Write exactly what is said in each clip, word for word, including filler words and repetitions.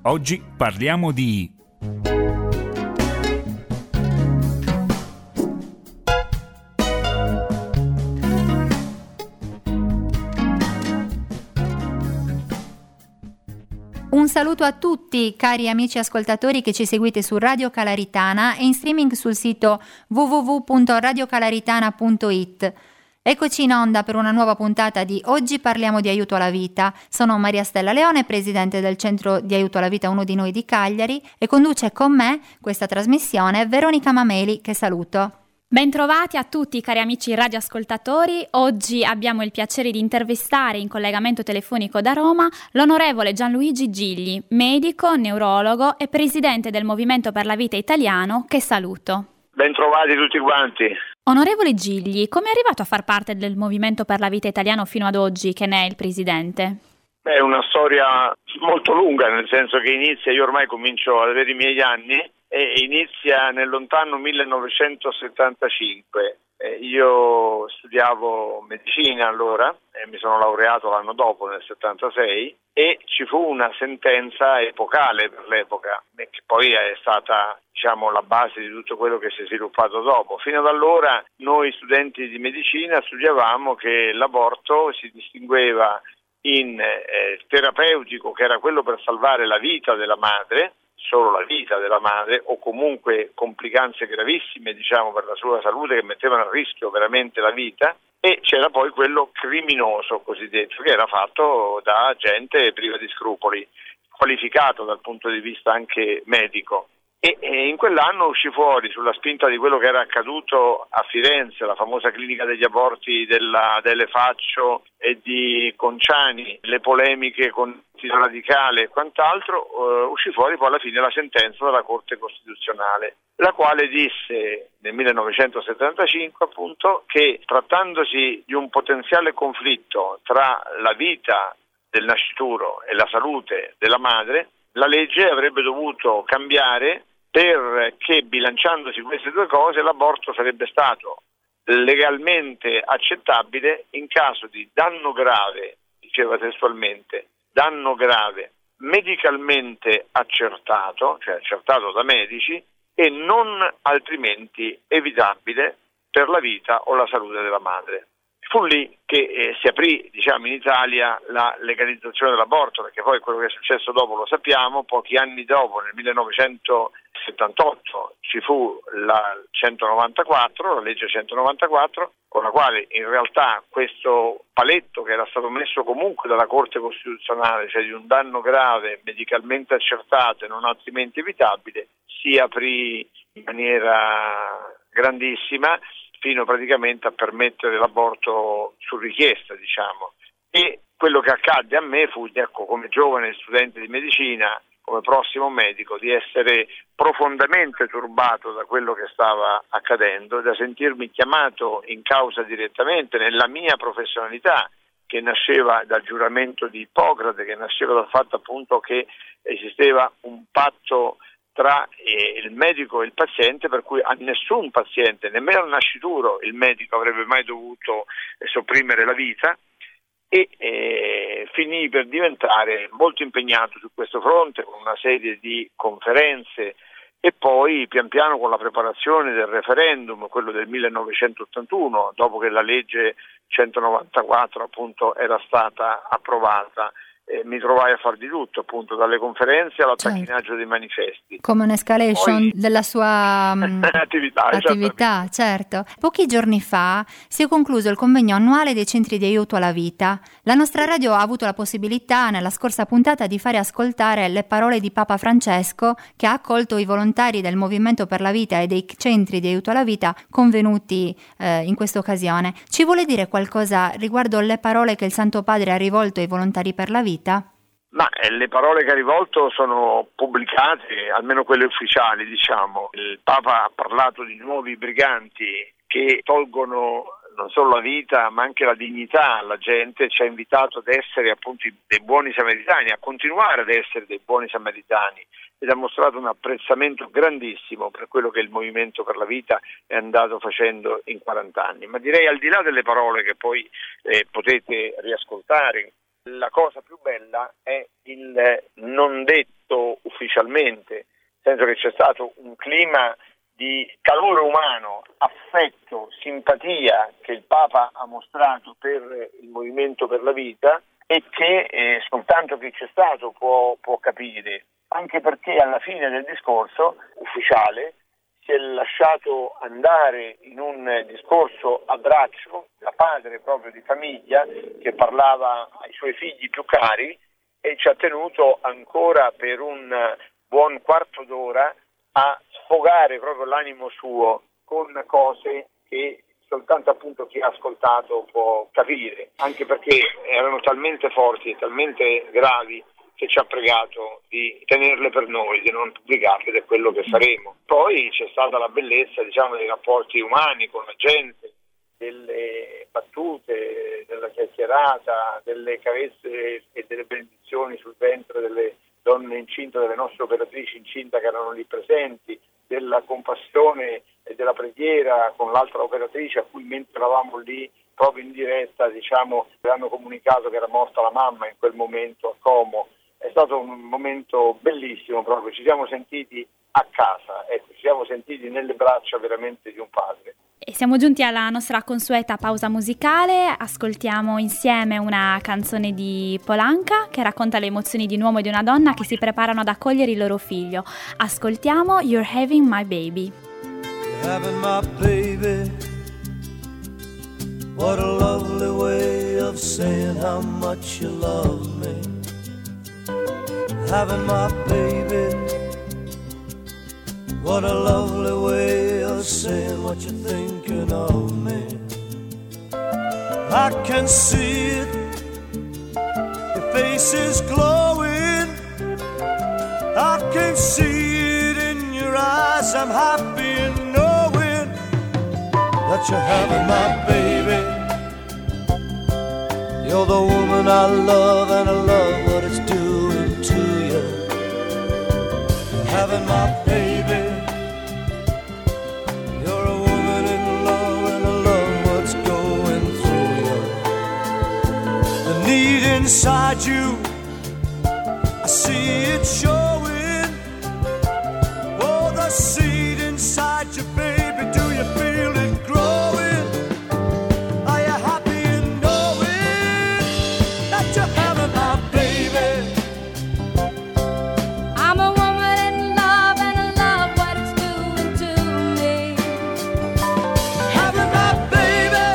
Oggi parliamo di... Un saluto a tutti, cari amici ascoltatori che ci seguite su Radio Calaritana e in streaming sul sito w w w punto radio calaritana punto i t. Eccoci in onda per una nuova puntata di Oggi parliamo di aiuto alla vita. Sono Maria Stella Leone, presidente del Centro di Aiuto alla Vita Uno di Noi di Cagliari, e conduce con me questa trasmissione Veronica Mameli, che saluto. Bentrovati a tutti cari amici radioascoltatori. Oggi abbiamo il piacere di intervistare in collegamento telefonico da Roma l'onorevole Gianluigi Gigli, medico, neurologo e presidente del Movimento per la Vita Italiano, che saluto. Bentrovati tutti quanti. Onorevole Gigli, come è arrivato a far parte del Movimento per la Vita Italiano fino ad oggi, che ne è il presidente? È una storia molto lunga, nel senso che inizia, io ormai comincio ad avere i miei anni, e inizia nel lontano millenovecentosettantacinque. Eh, io studiavo medicina allora e mi sono laureato l'anno dopo, nel settantasei, e ci fu una sentenza epocale per l'epoca, che poi è stata, diciamo, la base di tutto quello che si è sviluppato dopo. Fino ad allora noi studenti di medicina studiavamo che l'aborto si distingueva in eh, terapeutico, che era quello per salvare la vita della madre, solo la vita della madre, o comunque complicanze gravissime, diciamo, per la sua salute, che mettevano a rischio veramente la vita, e c'era poi quello criminoso cosiddetto, che era fatto da gente priva di scrupoli, qualificato dal punto di vista anche medico. E, e in quell'anno uscì fuori, sulla spinta di quello che era accaduto a Firenze, la famosa clinica degli aborti della Delefaccio e di Conciani, le polemiche con il radicale e quant'altro, uh, uscì fuori poi alla fine la sentenza della Corte Costituzionale, la quale disse nel millenovecentosettantacinque appunto che, trattandosi di un potenziale conflitto tra la vita del nascituro e la salute della madre, la legge avrebbe dovuto cambiare perché, bilanciandosi queste due cose, l'aborto sarebbe stato legalmente accettabile in caso di danno grave, diceva testualmente, danno grave medicalmente accertato, cioè accertato da medici, e non altrimenti evitabile per la vita o la salute della madre. Fu lì che eh, si aprì, diciamo, in Italia la legalizzazione dell'aborto, perché poi quello che è successo dopo lo sappiamo. Pochi anni dopo, nel millenovecentosettantotto, ci fu la centonovantaquattro, la legge centonovantaquattro, con la quale in realtà questo paletto, che era stato messo comunque dalla Corte Costituzionale, cioè di un danno grave medicalmente accertato e non altrimenti evitabile, si aprì in maniera grandissima, fino praticamente a permettere l'aborto su richiesta, diciamo. E quello che accadde a me fu, ecco, come giovane studente di medicina, come prossimo medico, di essere profondamente turbato da quello che stava accadendo, da sentirmi chiamato in causa direttamente nella mia professionalità, che nasceva dal giuramento di Ippocrate, che nasceva dal fatto appunto che esisteva un patto tra eh, il medico e il paziente, per cui a nessun paziente, nemmeno al nascituro, il medico avrebbe mai dovuto eh, sopprimere la vita, e eh, finì per diventare molto impegnato su questo fronte, con una serie di conferenze, e poi pian piano con la preparazione del referendum, quello del millenovecentottantuno, dopo che la legge centonovantaquattro appunto era stata approvata. Eh, mi trovai a far di tutto, appunto, dalle conferenze all'attacchinaggio certo. dei manifesti. Come un'escalation Poi... della sua um, attività, attività, certo. Pochi giorni fa si è concluso il convegno annuale dei centri di aiuto alla vita. La nostra radio ha avuto la possibilità nella scorsa puntata di fare ascoltare le parole di Papa Francesco, che ha accolto i volontari del Movimento per la Vita e dei centri di aiuto alla vita convenuti eh, in questa occasione. Ci vuole dire qualcosa riguardo le parole che il Santo Padre ha rivolto ai volontari per la vita? Ma eh, le parole che ha rivolto sono pubblicate, almeno quelle ufficiali, diciamo. Il Papa ha parlato di nuovi briganti che tolgono non solo la vita ma anche la dignità alla gente, ci ha invitato ad essere appunto dei buoni samaritani, a continuare ad essere dei buoni samaritani, ed ha mostrato un apprezzamento grandissimo per quello che il Movimento per la Vita è andato facendo in quaranta anni. Ma direi, al di là delle parole che poi eh, potete riascoltare La cosa più bella è il non detto ufficialmente, nel senso che c'è stato un clima di calore umano, affetto, simpatia che il Papa ha mostrato per il Movimento per la Vita e che eh, soltanto chi c'è stato può, può capire, anche perché alla fine del discorso ufficiale si è lasciato andare in un discorso a braccio da padre proprio di famiglia che parlava ai suoi figli più cari e ci ha tenuto ancora per un buon quarto d'ora a sfogare proprio l'animo suo con cose che soltanto appunto chi ha ascoltato può capire, anche perché erano talmente forti e talmente gravi che ci ha pregato di tenerle per noi, di non pubblicarle, ed è quello che faremo. Poi c'è stata la bellezza, diciamo, dei rapporti umani con la gente, delle battute, della chiacchierata, delle carezze e delle benedizioni sul ventre delle donne incinte, delle nostre operatrici incinte che erano lì presenti, della compassione e della preghiera con l'altra operatrice a cui mentre eravamo lì proprio in diretta, diciamo, le hanno comunicato che era morta la mamma in quel momento a Como. È stato un momento bellissimo proprio, ci siamo sentiti a casa, ecco, ci siamo sentiti nelle braccia veramente di un padre. E siamo giunti alla nostra consueta pausa musicale, ascoltiamo insieme una canzone di Polanca che racconta le emozioni di un uomo e di una donna che si preparano ad accogliere il loro figlio. Ascoltiamo You're Having My Baby. You're having my baby. What a lovely way of saying how much you love me. Having my baby. What a lovely way of saying what you're thinking of me. I can see it, your face is glowing. I can see it in your eyes. I'm happy in knowing that you're having my baby. You're the woman I love and I love what it's doing to you. You're having my baby. You're a woman in love and I love what's going through you. The need inside you, I see it showing. Oh, the seed inside you, baby, do you feel it growing? Are you happy in knowing that you're having my baby? I'm a woman in love and I love what it's doing to me. Having my baby.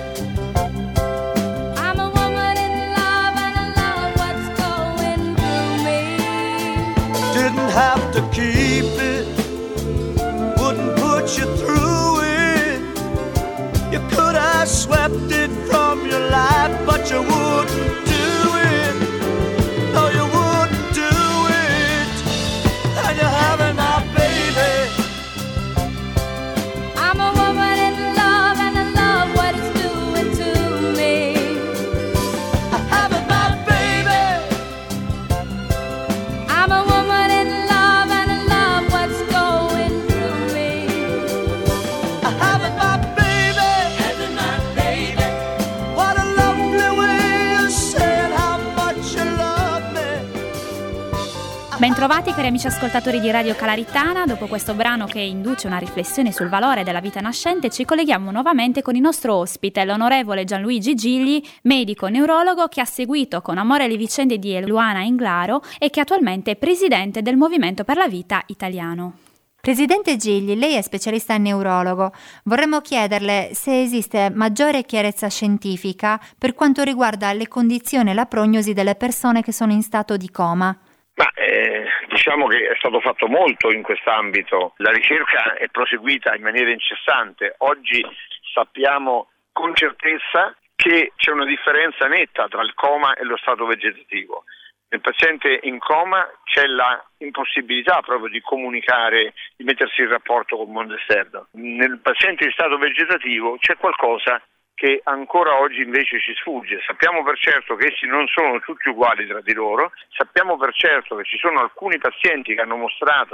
I'm a woman in love and I love what's going through me. Didn't have to keep it, wouldn't put you through it. You could have swept it from your life, but you wouldn't do it. No, you wouldn't do it. And you're having my baby. I'm a woman in love and I love what it's doing to me. Having my baby. I'm a woman in love and I love what's going through me. Having my baby. Having my baby. What a lovely way of saying how much you love me. Bentrovati cari amici ascoltatori di Radio Calaritana, dopo questo brano che induce una riflessione sul valore della vita nascente ci colleghiamo nuovamente con il nostro ospite, l'onorevole Gianluigi Gigli, medico neurologo che ha seguito con amore le vicende di Eluana Englaro e che attualmente è presidente del Movimento per la Vita italiano. Presidente Gigli, lei è specialista in neurologo. Vorremmo chiederle se esiste maggiore chiarezza scientifica per quanto riguarda le condizioni e la prognosi delle persone che sono in stato di coma. Ma eh, diciamo che è stato fatto molto in quest'ambito, la ricerca è proseguita in maniera incessante. Oggi sappiamo con certezza che c'è una differenza netta tra il coma e lo stato vegetativo. Nel paziente in coma c'è la impossibilità proprio di comunicare, di mettersi in rapporto con il mondo esterno. Nel paziente in stato vegetativo c'è qualcosa che ancora oggi invece ci sfugge. Sappiamo per certo che essi non sono tutti uguali tra di loro, sappiamo per certo che ci sono alcuni pazienti che hanno mostrato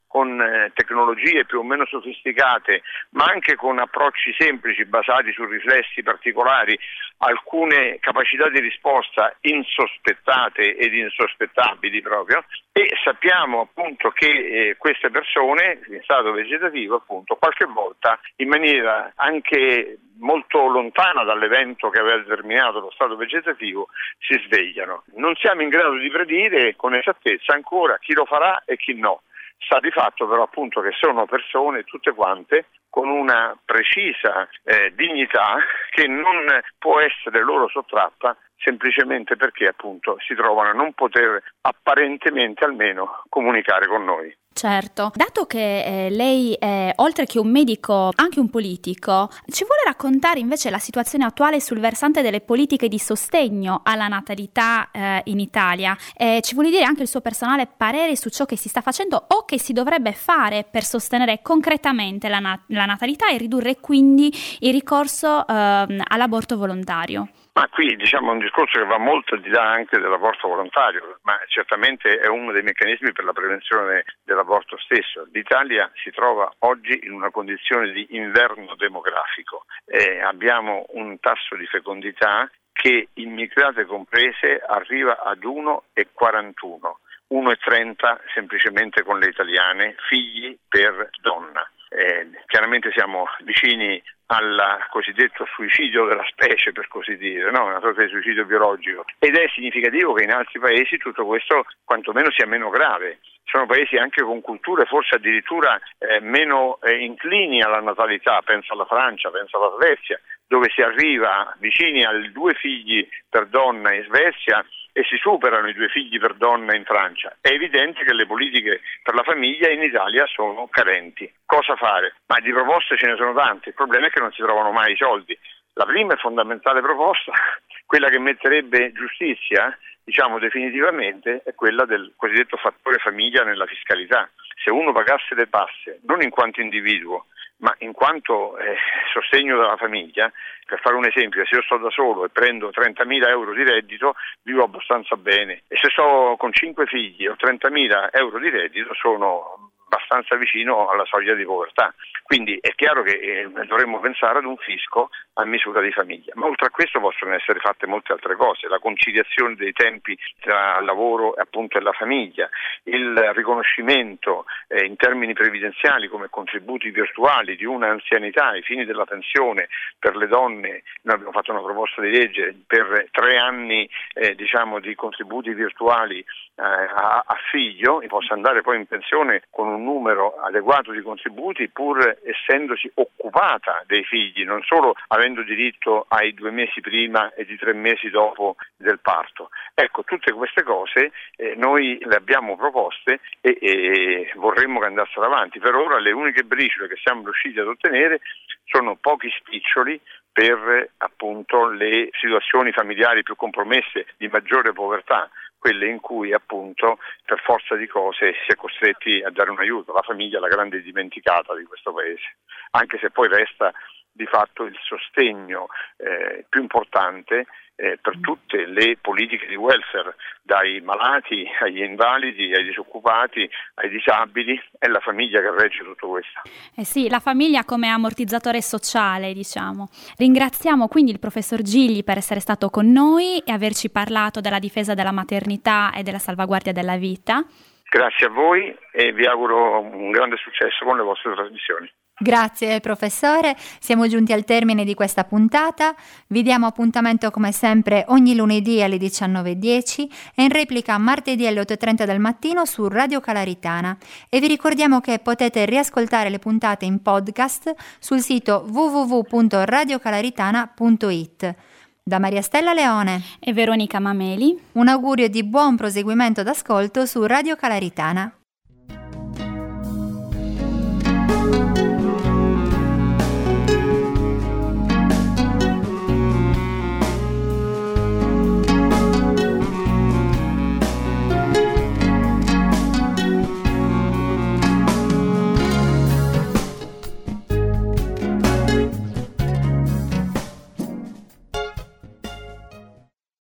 con eh, tecnologie più o meno sofisticate, ma anche con approcci semplici basati su riflessi particolari, alcune capacità di risposta insospettate ed insospettabili proprio, e sappiamo appunto che eh, queste persone in stato vegetativo appunto qualche volta in maniera anche molto lontana dall'evento che aveva determinato lo stato vegetativo si svegliano. Non siamo in grado di predire con esattezza ancora chi lo farà e chi no. Sta di fatto però appunto che sono persone tutte quante con una precisa eh, dignità che non può essere loro sottratta semplicemente perché appunto si trovano a non poter apparentemente almeno comunicare con noi. Certo, dato che eh, lei è oltre che un medico anche un politico, ci vuole raccontare invece la situazione attuale sul versante delle politiche di sostegno alla natalità eh, in Italia, e ci vuole dire anche il suo personale parere su ciò che si sta facendo o che si dovrebbe fare per sostenere concretamente la, nat- la natalità e ridurre quindi il ricorso eh, all'aborto volontario. Ma qui diciamo un discorso che va molto al di là anche dell'aborto volontario, ma certamente è uno dei meccanismi per la prevenzione dell'aborto stesso. L'Italia si trova oggi in una condizione di inverno demografico. Eh, abbiamo un tasso di fecondità che, immigrate comprese, arriva ad uno virgola quarantuno, uno virgola trenta semplicemente con le italiane, figli per donna. Eh, chiaramente siamo vicini al cosiddetto suicidio della specie, per così dire, no? Una sorta di suicidio biologico, ed è significativo che in altri paesi tutto questo quantomeno sia meno grave. Sono paesi anche con culture forse addirittura eh, meno eh, inclini alla natalità, penso alla Francia, penso alla Svezia, dove si arriva vicini ai due figli per donna in Svezia e si superano i due figli per donna in Francia. È evidente che le politiche per la famiglia in Italia sono carenti. Cosa fare? Ma di proposte ce ne sono tante, il problema è che non si trovano mai i soldi. La prima e fondamentale proposta, quella che metterebbe giustizia, diciamo definitivamente, è quella del cosiddetto fattore famiglia nella fiscalità. Se uno pagasse le tasse, non in quanto individuo, ma in quanto eh, sostegno della famiglia, per fare un esempio, se io sto da solo e prendo trentamila euro di reddito, vivo abbastanza bene, e se sto con cinque figli ho trentamila euro di reddito, sono abbastanza vicino alla soglia di povertà. Quindi è chiaro che eh, dovremmo pensare ad un fisco a misura di famiglia, ma oltre a questo possono essere fatte molte altre cose: la conciliazione dei tempi tra il lavoro e appunto e la famiglia, il riconoscimento eh, in termini previdenziali come contributi virtuali di una anzianità ai fini della pensione per le donne. Noi abbiamo fatto una proposta di legge per tre anni eh, diciamo di contributi virtuali eh, a, a figlio, e possa andare poi in pensione con un numero adeguato di contributi pur essendosi occupata dei figli, non solo avendo diritto ai due mesi prima e di tre mesi dopo del parto. Ecco, tutte queste cose eh, noi le abbiamo proposte e, e vorremmo che andassero avanti. Per ora le uniche briciole che siamo riusciti ad ottenere sono pochi spiccioli per appunto le situazioni familiari più compromesse, di maggiore povertà, quelle in cui appunto per forza di cose si è costretti a dare un aiuto. La famiglia è la grande dimenticata di questo paese, anche se poi resta di fatto il sostegno eh, più importante eh, per tutte le politiche di welfare, dai malati agli invalidi, ai disoccupati, ai disabili. È la famiglia che regge tutto questo. Eh sì, la famiglia come ammortizzatore sociale, diciamo. Ringraziamo quindi il professor Gigli per essere stato con noi e averci parlato della difesa della maternità e della salvaguardia della vita. Grazie a voi e vi auguro un grande successo con le vostre trasmissioni. Grazie professore, siamo giunti al termine di questa puntata. Vi diamo appuntamento come sempre ogni lunedì alle diciannove e dieci e in replica martedì alle otto e trenta del mattino su Radio Calaritana, e vi ricordiamo che potete riascoltare le puntate in podcast sul sito w w w punto radio calaritana punto i t. Da Maria Stella Leone e Veronica Mameli, un augurio di buon proseguimento d'ascolto su Radio Calaritana.